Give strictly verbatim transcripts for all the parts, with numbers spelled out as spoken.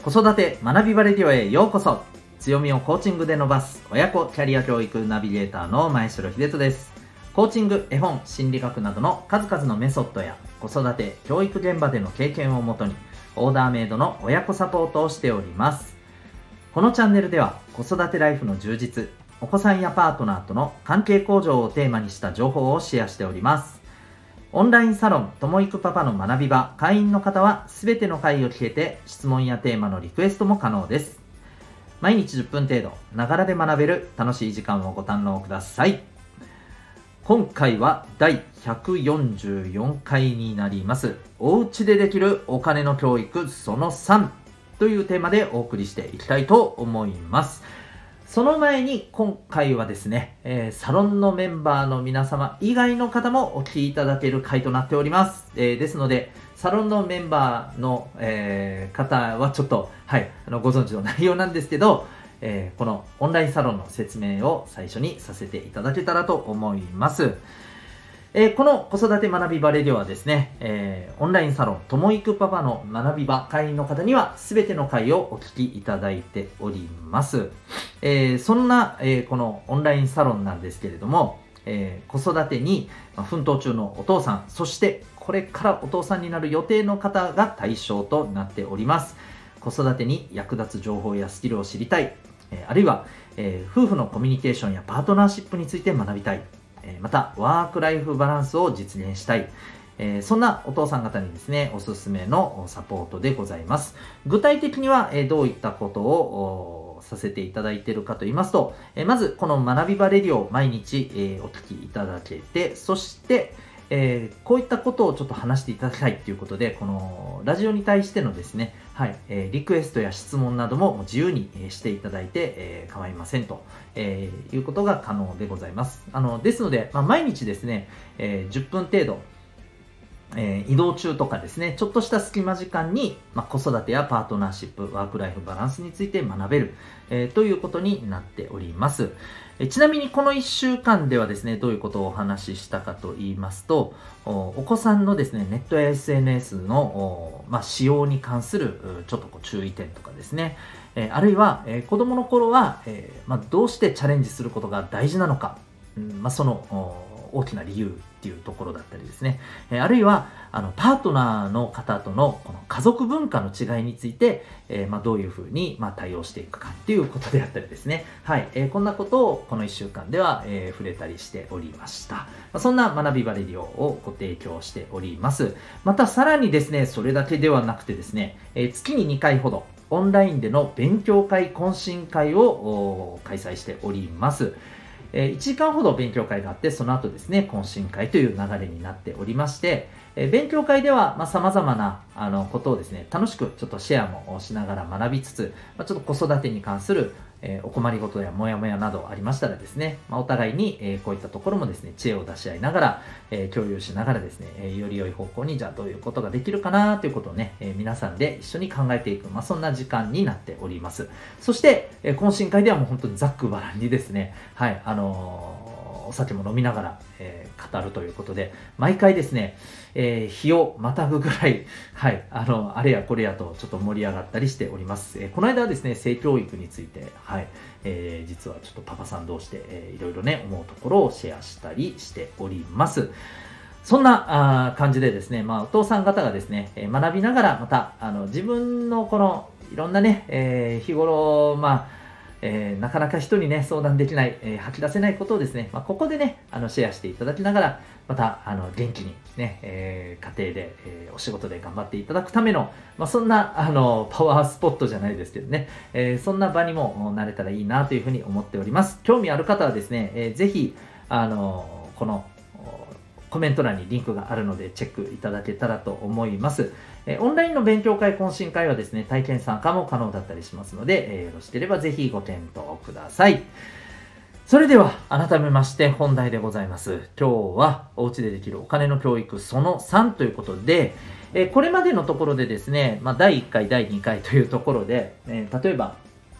子育て学びバレディオへようこそ。強みをコーチングで伸ばす親子キャリア教育ナビゲーターの前城秀人です。コーチング、絵本、心理学などの数々のメソッドや子育て教育現場での経験をもとにオーダーメイドの親子サポートをしております。このチャンネルでは子育てライフの充実、お子さんやパートナーとの関係向上をテーマにした情報をシェアしております。オンラインサロンともいくパパの学び場会員の方はすべての回を聞けて質問やテーマのリクエストも可能です。毎日じゅっぷん程度ながらで学べる楽しい時間をご堪能ください。今回はだいひゃくよんじゅうよんかいになります。おうちでできるお金の教育そのさんというテーマでお送りしていきたいと思います。その前に今回はですね、えー、サロンのメンバーの皆様以外の方もお聞きいただける回となっております。えー、ですので、サロンのメンバーの、えー、方はちょっと、はい、あのご存知の内容なんですけど、えー、このオンラインサロンの説明を最初にさせていただけたらと思います。えー、この子育て学び場レディオはですね、えー、オンラインサロンともいくパパの学び場会員の方には全ての回をお聞きいただいております。えー、そんな、えー、このオンラインサロンなんですけれども、えー、子育てに奮闘中のお父さん、そしてこれからお父さんになる予定の方が対象となっております。子育てに役立つ情報やスキルを知りたい、えー、あるいは、えー、夫婦のコミュニケーションやパートナーシップについて学びたい、またワークライフバランスを実現したい、えー、そんなお父さん方にですねおすすめのサポートでございます。具体的には、えー、どういったことをさせていただいているかと言いますと、えー、まずこの学び場レディオを毎日、えー、お聞きいただけて、そしてえー、こういったことをちょっと話していただきたいということで、このラジオに対してのですね、はい、えー、リクエストや質問なども自由にしていただいて、えー、構いませんと、えー、いうことが可能でございます。あの、ですので、まあ、毎日ですね、えー、じゅっぷん程度、えー、移動中とかですね、ちょっとした隙間時間に、まあ、子育てやパートナーシップ、ワークライフバランスについて学べる、えー、ということになっております。えちなみにこのいっしゅうかんではですね、どういうことをお話ししたかと言いますと、お, お子さんのですね、ネットや エスエヌエス の、まあ、使用に関するちょっとこう注意点とかですね、えー、あるいは、えー、子供の頃は、えーまあ、どうしてチャレンジすることが大事なのか、うんまあ、その大きな理由っていうところだったりですね、えー、あるいはあのパートナーの方とのこの家族文化の違いについて、えーまあ、どういうふうに、まあ、対応していくかっていうことであったりですね、はい、えー、こんなことをこのいっしゅうかんでは、えー、触れたりしておりました。まあ、そんな学びバレディオをご提供しております。またさらにですね、それだけではなくてですね、えー、月ににかいほどオンラインでの勉強会懇親会を開催しております。いちじかんほど勉強会があって、その後ですね、懇親会という流れになっておりまして、勉強会では、まあ、様々なあのことをですね、楽しくちょっとシェアもしながら学びつつ、まあ、ちょっと子育てに関する、えー、お困りごとやモヤモヤなどありましたらですね、まあ、お互いに、えー、こういったところもですね、知恵を出し合いながら、えー、共有しながらですね、えー、より良い方向にじゃあどういうことができるかなということをね、えー、皆さんで一緒に考えていく、まあ、そんな時間になっております。そして、えー、懇親会ではもう本当にざっくばらんにですね、はい、あのーお酒も飲みながら、えー、語るということで、毎回ですね、えー、日をまたぐぐらい、はい、あの、あれやこれやとちょっと盛り上がったりしております。えー、この間はですね、性教育について、はい、えー、実はちょっとパパさん同士で、えー、いろいろね、思うところをシェアしたりしております。そんなあ感じでですね、まあ、お父さん方がですね、えー、学びながら、また、あの、自分のこの、いろんなね、えー、日頃、まあ、えー、なかなか人にね相談できない、えー、吐き出せないことをですね、まあ、ここでねあのシェアしていただきながら、またあの元気にね、えー、家庭で、えー、お仕事で頑張っていただくための、まあ、そんなあのパワースポットじゃないですけどね、えー、そんな場にもなれたらいいなというふうに思っております。興味ある方はですね、えー、ぜひあのこのコメント欄にリンクがあるのでチェックいただけたらと思います。えー、オンラインの勉強会懇親会はですね、体験参加も可能だったりしますので、えー、よろしければぜひご検討ください。それでは改めまして本題でございます。今日はお家でできるお金の教育そのさんということで、えー、これまでのところでですね、まあ、だいいっかいだいにかいというところで、えー、例えば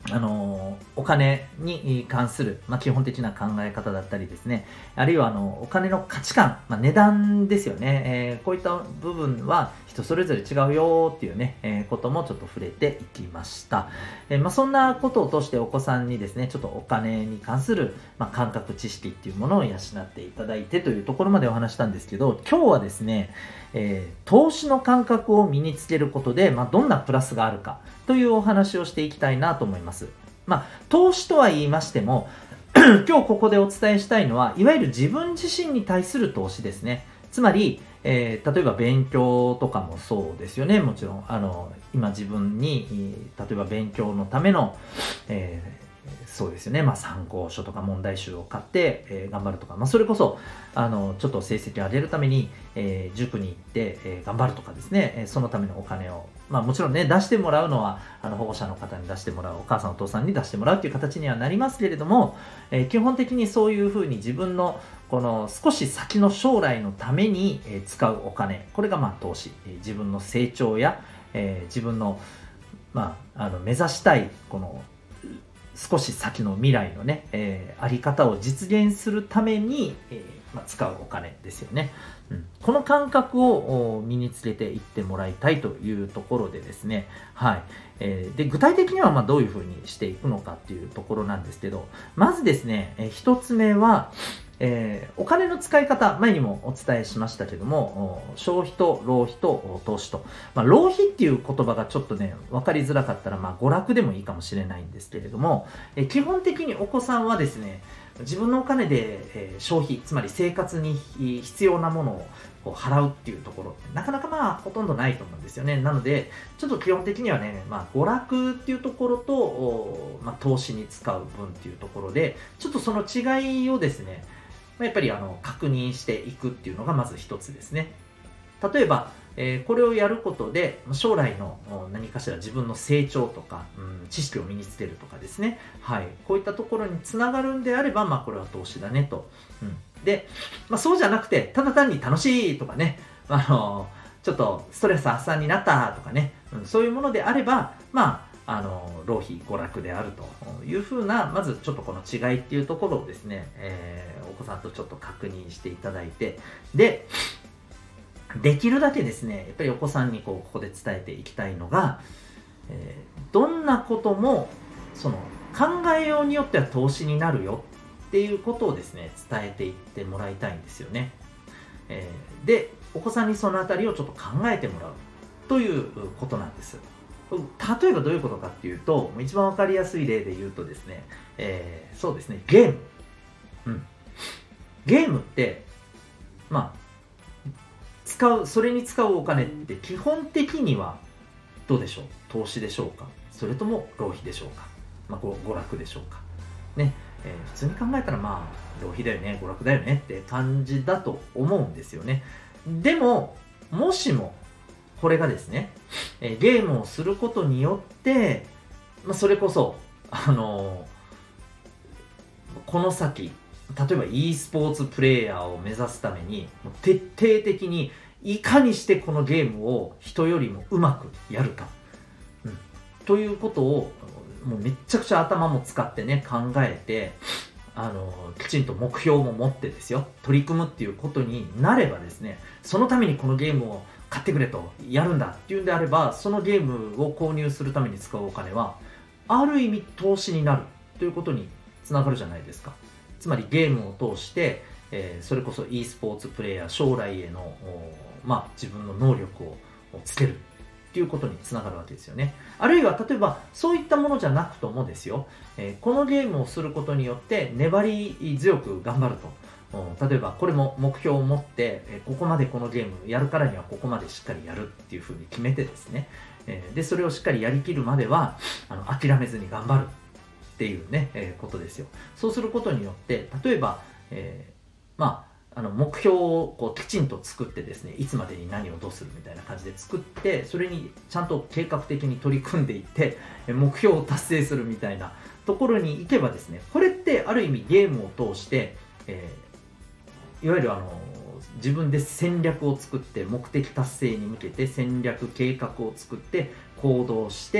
あのお金に関する、まあ、基本的な考え方だったりですね、あるいはあのお金の価値観、まあ、値段ですよね、えーこういった部分は人それぞれ違うよっていうね、えーこともちょっと触れていきました。えーまあ、そんなことを通してお子さんにですね、ちょっとお金に関する、まあ、感覚知識っていうものを養っていただいてというところまでお話したんですけど、今日はですね、えー投資の感覚を身につけることで、まあ、どんなプラスがあるかというお話をしていきたいなと思います。まあ、投資とは言いましても今日ここでお伝えしたいのは、いわゆる自分自身に対する投資ですね。つまり、えー例えば勉強とかもそうですよね。もちろん、あの、今自分に、えー例えば勉強のための、えーそうですよね。まあ、参考書とか問題集を買って、えー頑張るとか、まあ、それこそ、あの、ちょっと成績を上げるために、えー塾に行って、えー頑張るとかですね、えーそのためのお金を、まあ、もちろんね、出してもらうのは、あの、保護者の方に出してもらう、お母さんお父さんに出してもらうっていう形にはなりますけれども、えー基本的にそういうふうに自分のこの少し先の将来のためにえー使うお金、これがまあ投資、えー自分の成長や、えー自分の、まあ、あの目指したいこの少し先の未来のね、えーあり方を実現するために、えーまあ、使うお金ですよね。うん、この感覚をお身につけていってもらいたいというところでですね、はい。えーで、具体的にはまあどういうふうにしていくのかっていうところなんですけど、まずですね、えー一つ目は、えーお金の使い方、前にもお伝えしましたけども、お消費と浪費とお投資と、まあ、浪費っていう言葉がちょっとね、分かりづらかったら、まあ、娯楽でもいいかもしれないんですけれども、えー基本的にお子さんはですね、自分のお金で、えー消費、つまり生活に必要なものをこう払うっていうところってなかなかまあほとんどないと思うんですよね。なので、ちょっと基本的にはね、まあ、娯楽っていうところと、おまあ、投資に使う分っていうところで、ちょっとその違いをですね、まあやっぱりあの確認していくっていうのがまず一つですね。例えば、えーこれをやることで将来のお何かしら自分の成長とか、うん、知識を身につけるとかですね、はい、こういったところにつながるんであれば、まあ、これは投資だねと。うん、で、まあ、そうじゃなくてただ単に楽しいとかね、あのちょっとストレス発散になったとかね、うん、そういうものであれば、まあ、あの浪費娯楽であるというふうな、まずちょっとこの違いっていうところをですね、えーお子さんとちょっと確認していただいて、でできるだけですね、やっぱりお子さんにこうここで伝えていきたいのが、えーどんなこともその考えようによっては投資になるよっていうことをですね、伝えていってもらいたいんですよね。えーで、お子さんにそのあたりをちょっと考えてもらうということなんです。例えばどういうことかっていうと、一番わかりやすい例で言うとですね、えーそうですね、ゲーム。うん。ゲームって、まあ、使う、それに使うお金って基本的にはどうでしょう、投資でしょうか、それとも浪費でしょうか、まあ、ご娯楽でしょうか。ね、えー普通に考えたらまあ、浪費だよね、娯楽だよねって感じだと思うんですよね。でも、もしも、これがですね、えーゲームをすることによって、まあ、それこそ、あのーこの先、例えば e スポーツプレイヤーを目指すために、もう徹底的にいかにしてこのゲームを人よりもうまくやるか、うん、ということをもうめっちゃくちゃ頭も使ってね、考えて、あのきちんと目標も持ってですよ、取り組むっていうことになればですね、そのためにこのゲームを買ってくれと、やるんだっていうんであれば、そのゲームを購入するために使うお金はある意味投資になるということにつながるじゃないですか。つまりゲームを通して、えーそれこそ e スポーツプレイヤー、将来への、おまあ、自分の能力をつけるっていうことにつながるわけですよね。あるいは例えばそういったものじゃなくともですよ、えーこのゲームをすることによって粘り強く頑張ると。お例えばこれも目標を持って、えーここまでこのゲームやるからにはここまでしっかりやるっていうふうに決めてですね、えーでそれをしっかりやりきるまではあの諦めずに頑張るっていうね、えーことですよ。そうすることによって、例えば、えーまあ、あの目標をこうきちんと作ってですね、いつまでに何をどうするみたいな感じで作って、それにちゃんと計画的に取り組んでいって、えー目標を達成するみたいなところに行けばですね、これってある意味ゲームを通して、えーいわゆるあの自分で戦略を作って目的達成に向けて戦略計画を作って行動して、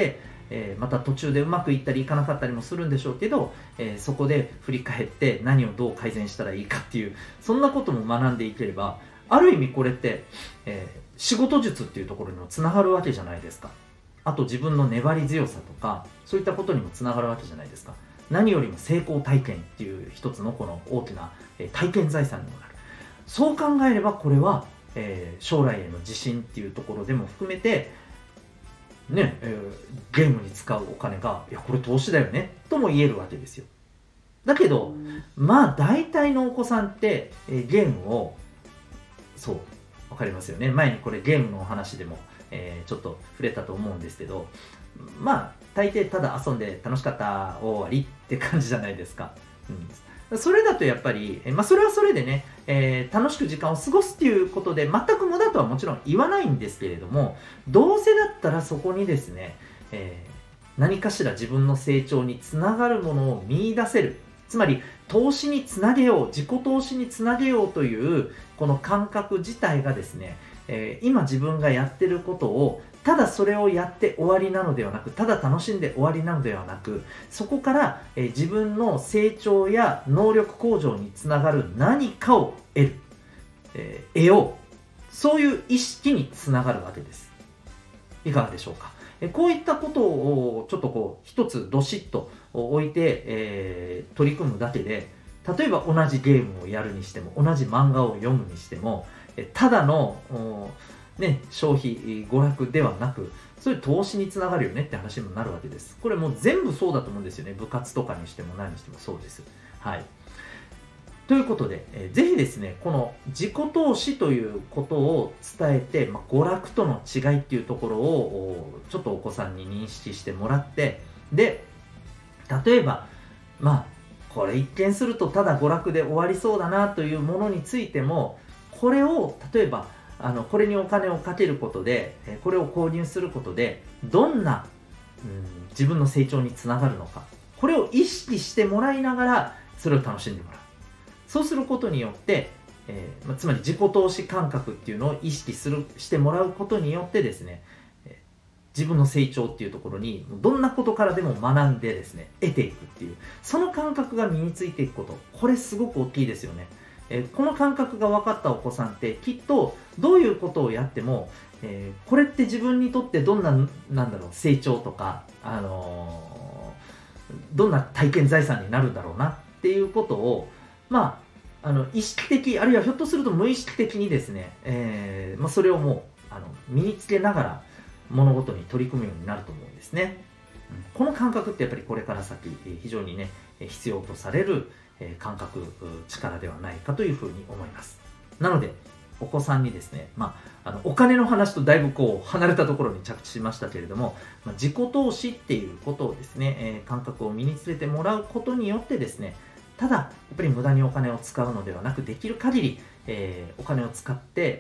えー、また途中でうまくいったりいかなかったりもするんでしょうけど、えー、そこで振り返って何をどう改善したらいいかっていう、そんなことも学んでいければ、ある意味これって、えー、仕事術っていうところにもつながるわけじゃないですか。あと自分の粘り強さとか、そういったことにもつながるわけじゃないですか。何よりも成功体験っていう一つのこの大きな、えー、体験財産にもなる。そう考えればこれは、えー、将来への自信っていうところでも含めてね、えー、ゲームに使うお金が、いやこれ投資だよねとも言えるわけですよ。だけど、まあ大体のお子さんって、えー、ゲームを、そうわかりますよね。前にこれゲームのお話でも、えー、ちょっと触れたと思うんですけど、まあ大抵ただ遊んで楽しかった終わりって感じじゃないですか。うん、それだとやっぱり、まあ、それはそれでね、えー、楽しく時間を過ごすっていうことで全く無駄とはもちろん言わないんですけれども、どうせだったらそこにですね、えー、何かしら自分の成長につながるものを見出せる、つまり投資につなげよう、自己投資につなげようというこの感覚自体がですね、えー、今自分がやってることをただそれをやって終わりなのではなく、ただ楽しんで終わりなのではなく、そこから、えー、自分の成長や能力向上につながる何かを得る、えー、得よう、そういう意識につながるわけです。いかがでしょうか。えー、こういったことをちょっとこう一つどしっと置いて、えー、取り組むだけで、例えば同じゲームをやるにしても、同じ漫画を読むにしても、えー、ただのね、消費、娯楽ではなく、そういう投資につながるよねって話にもなるわけです。これもう全部そうだと思うんですよね。部活とかにしても何にしてもそうです。はい。ということで、えー、ぜひですね、この自己投資ということを伝えて、まあ、娯楽との違いっていうところをちょっとお子さんに認識してもらって、で、例えば、まあ、これ一見するとただ娯楽で終わりそうだなというものについても、これを例えば、あのこれにお金をかけることで、これを購入することでどんな、うん、自分の成長につながるのか、これを意識してもらいながらそれを楽しんでもらう。そうすることによって、えー、つまり自己投資感覚っていうのを意識するしてもらうことによってですね、自分の成長っていうところにどんなことからでも学んでですね、得ていくっていう、その感覚が身についていくこと、これすごく大きいですよね。えー、この感覚が分かったお子さんってきっとどういうことをやっても、えー、これって自分にとってどんな、なんだろう、成長とか、あのー、どんな体験財産になるんだろうなっていうことを、まあ、あの意識的、あるいはひょっとすると無意識的にですね、えーまあ、それをもうあの身につけながら物事に取り組むようになると思うんですね。この感覚ってやっぱりこれから先非常にね必要とされる感覚、力ではないかというふうに思います。なのでお子さんにですね、まあ、あのお金の話とだいぶこう離れたところに着地しましたけれども、まあ、自己投資っていうことをですね、えー、感覚を身につけてもらうことによってですね、ただやっぱり無駄にお金を使うのではなく、できる限り、えー、お金を使って、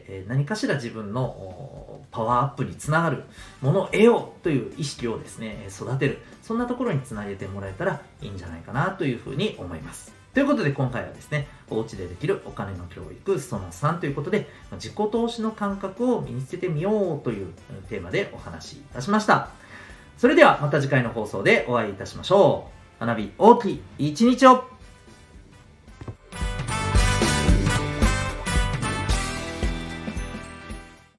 えー、何かしら自分のパワーアップにつながるものを得ようという意識をですね育てる、そんなところにつなげてもらえたらいいんじゃないかなというふうに思います。ということで今回はですね、お家でできるお金の教育そのさんということで、自己投資の感覚を身につけてみようというテーマでお話しいたしました。それではまた次回の放送でお会いいたしましょう。学び大きい一日を。